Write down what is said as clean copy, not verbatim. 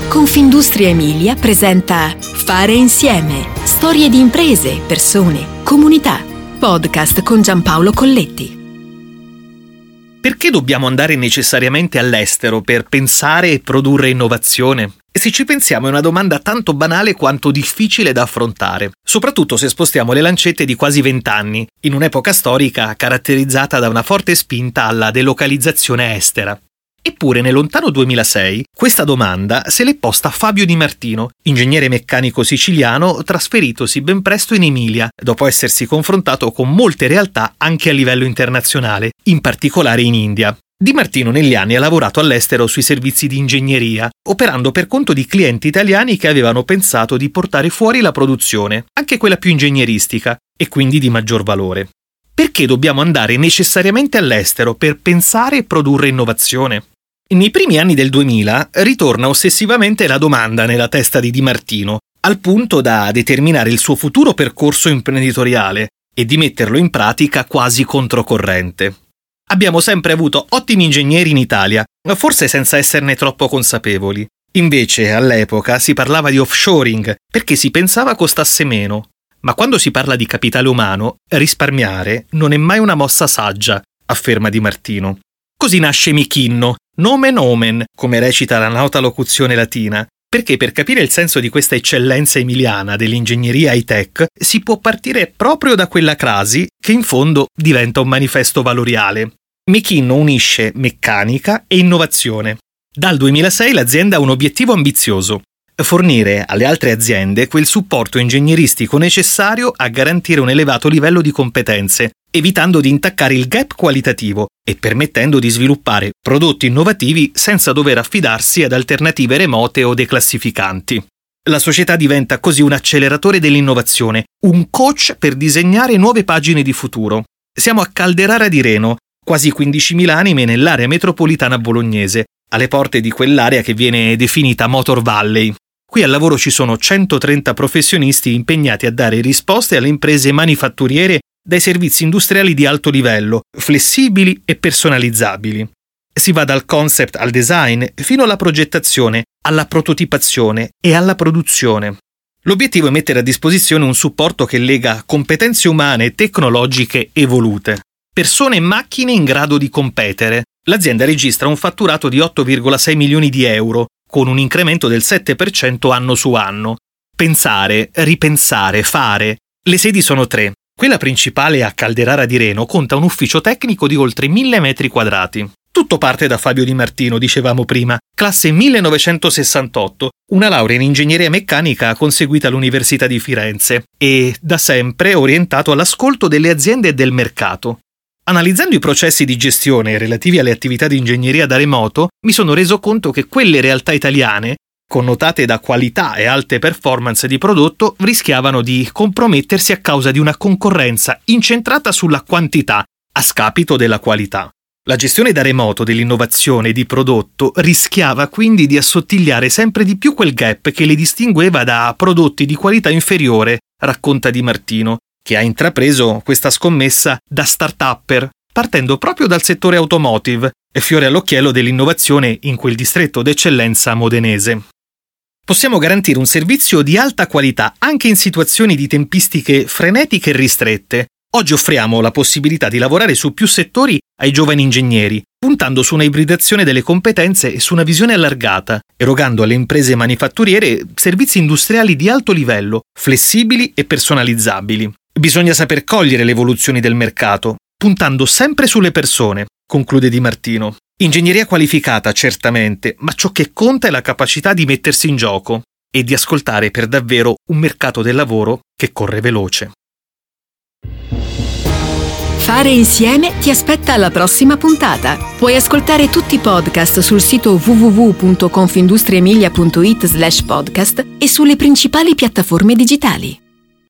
Confindustria Emilia presenta Fare Insieme. Storie di imprese, persone, comunità. Podcast con Giampaolo Colletti. Perché dobbiamo andare necessariamente all'estero per pensare e produrre innovazione? E se ci pensiamo è una domanda tanto banale quanto difficile da affrontare, soprattutto se spostiamo le lancette di quasi 20 anni, in un'epoca storica caratterizzata da una forte spinta alla delocalizzazione estera. Eppure nel lontano 2006 questa domanda se l'è posta Fabio Di Martino, ingegnere meccanico siciliano trasferitosi ben presto in Emilia, dopo essersi confrontato con molte realtà anche a livello internazionale, in particolare in India. Di Martino negli anni ha lavorato all'estero sui servizi di ingegneria, operando per conto di clienti italiani che avevano pensato di portare fuori la produzione, anche quella più ingegneristica, e quindi di maggior valore. Perché dobbiamo andare necessariamente all'estero per pensare e produrre innovazione? Nei primi anni del 2000 ritorna ossessivamente la domanda nella testa di Di Martino, al punto da determinare il suo futuro percorso imprenditoriale e di metterlo in pratica quasi controcorrente. Abbiamo sempre avuto ottimi ingegneri in Italia, forse senza esserne troppo consapevoli. Invece, all'epoca, si parlava di offshoring perché si pensava costasse meno. Ma quando si parla di capitale umano, risparmiare non è mai una mossa saggia, afferma Di Martino. Così nasce Michinno, nomen omen, come recita la nota locuzione latina, perché per capire il senso di questa eccellenza emiliana dell'ingegneria high-tech si può partire proprio da quella crasi che in fondo diventa un manifesto valoriale. Michinno unisce meccanica e innovazione. Dal 2006 l'azienda ha un obiettivo ambizioso: fornire alle altre aziende quel supporto ingegneristico necessario a garantire un elevato livello di competenze, evitando di intaccare il gap qualitativo e permettendo di sviluppare prodotti innovativi senza dover affidarsi ad alternative remote o declassificanti. La società diventa così un acceleratore dell'innovazione, un coach per disegnare nuove pagine di futuro. Siamo a Calderara di Reno, quasi 15.000 anime nell'area metropolitana bolognese, alle porte di quell'area che viene definita Motor Valley. Qui al lavoro ci sono 130 professionisti impegnati a dare risposte alle imprese manifatturiere dai servizi industriali di alto livello, flessibili e personalizzabili. Si va dal concept al design fino alla progettazione, alla prototipazione e alla produzione. L'obiettivo è mettere a disposizione un supporto che lega competenze umane e tecnologiche evolute, persone e macchine in grado di competere. L'azienda registra un fatturato di 8,6 milioni di euro, con un incremento del 7% anno su anno. Pensare, ripensare, fare. Le sedi sono 3. Quella principale a Calderara di Reno conta un ufficio tecnico di oltre 1.000 metri quadrati. Tutto parte da Fabio Di Martino, dicevamo prima, classe 1968, una laurea in ingegneria meccanica conseguita all'Università di Firenze e da sempre orientato all'ascolto delle aziende e del mercato. Analizzando i processi di gestione relativi alle attività di ingegneria da remoto, mi sono reso conto che quelle realtà italiane, connotate da qualità e alte performance di prodotto, rischiavano di compromettersi a causa di una concorrenza incentrata sulla quantità, a scapito della qualità. La gestione da remoto dell'innovazione di prodotto rischiava quindi di assottigliare sempre di più quel gap che le distingueva da prodotti di qualità inferiore, racconta Di Martino, che ha intrapreso questa scommessa da start-upper, partendo proprio dal settore automotive, e fiore all'occhiello dell'innovazione in quel distretto d'eccellenza modenese. Possiamo garantire un servizio di alta qualità anche in situazioni di tempistiche frenetiche e ristrette. Oggi offriamo la possibilità di lavorare su più settori ai giovani ingegneri, puntando su una ibridazione delle competenze e su una visione allargata, erogando alle imprese manifatturiere servizi industriali di alto livello, flessibili e personalizzabili. Bisogna saper cogliere le evoluzioni del mercato, puntando sempre sulle persone, conclude Di Martino. Ingegneria qualificata, certamente, ma ciò che conta è la capacità di mettersi in gioco e di ascoltare per davvero un mercato del lavoro che corre veloce. Fare Insieme ti aspetta alla prossima puntata. Puoi ascoltare tutti i podcast sul sito www.confindustriemilia.it/podcast e sulle principali piattaforme digitali.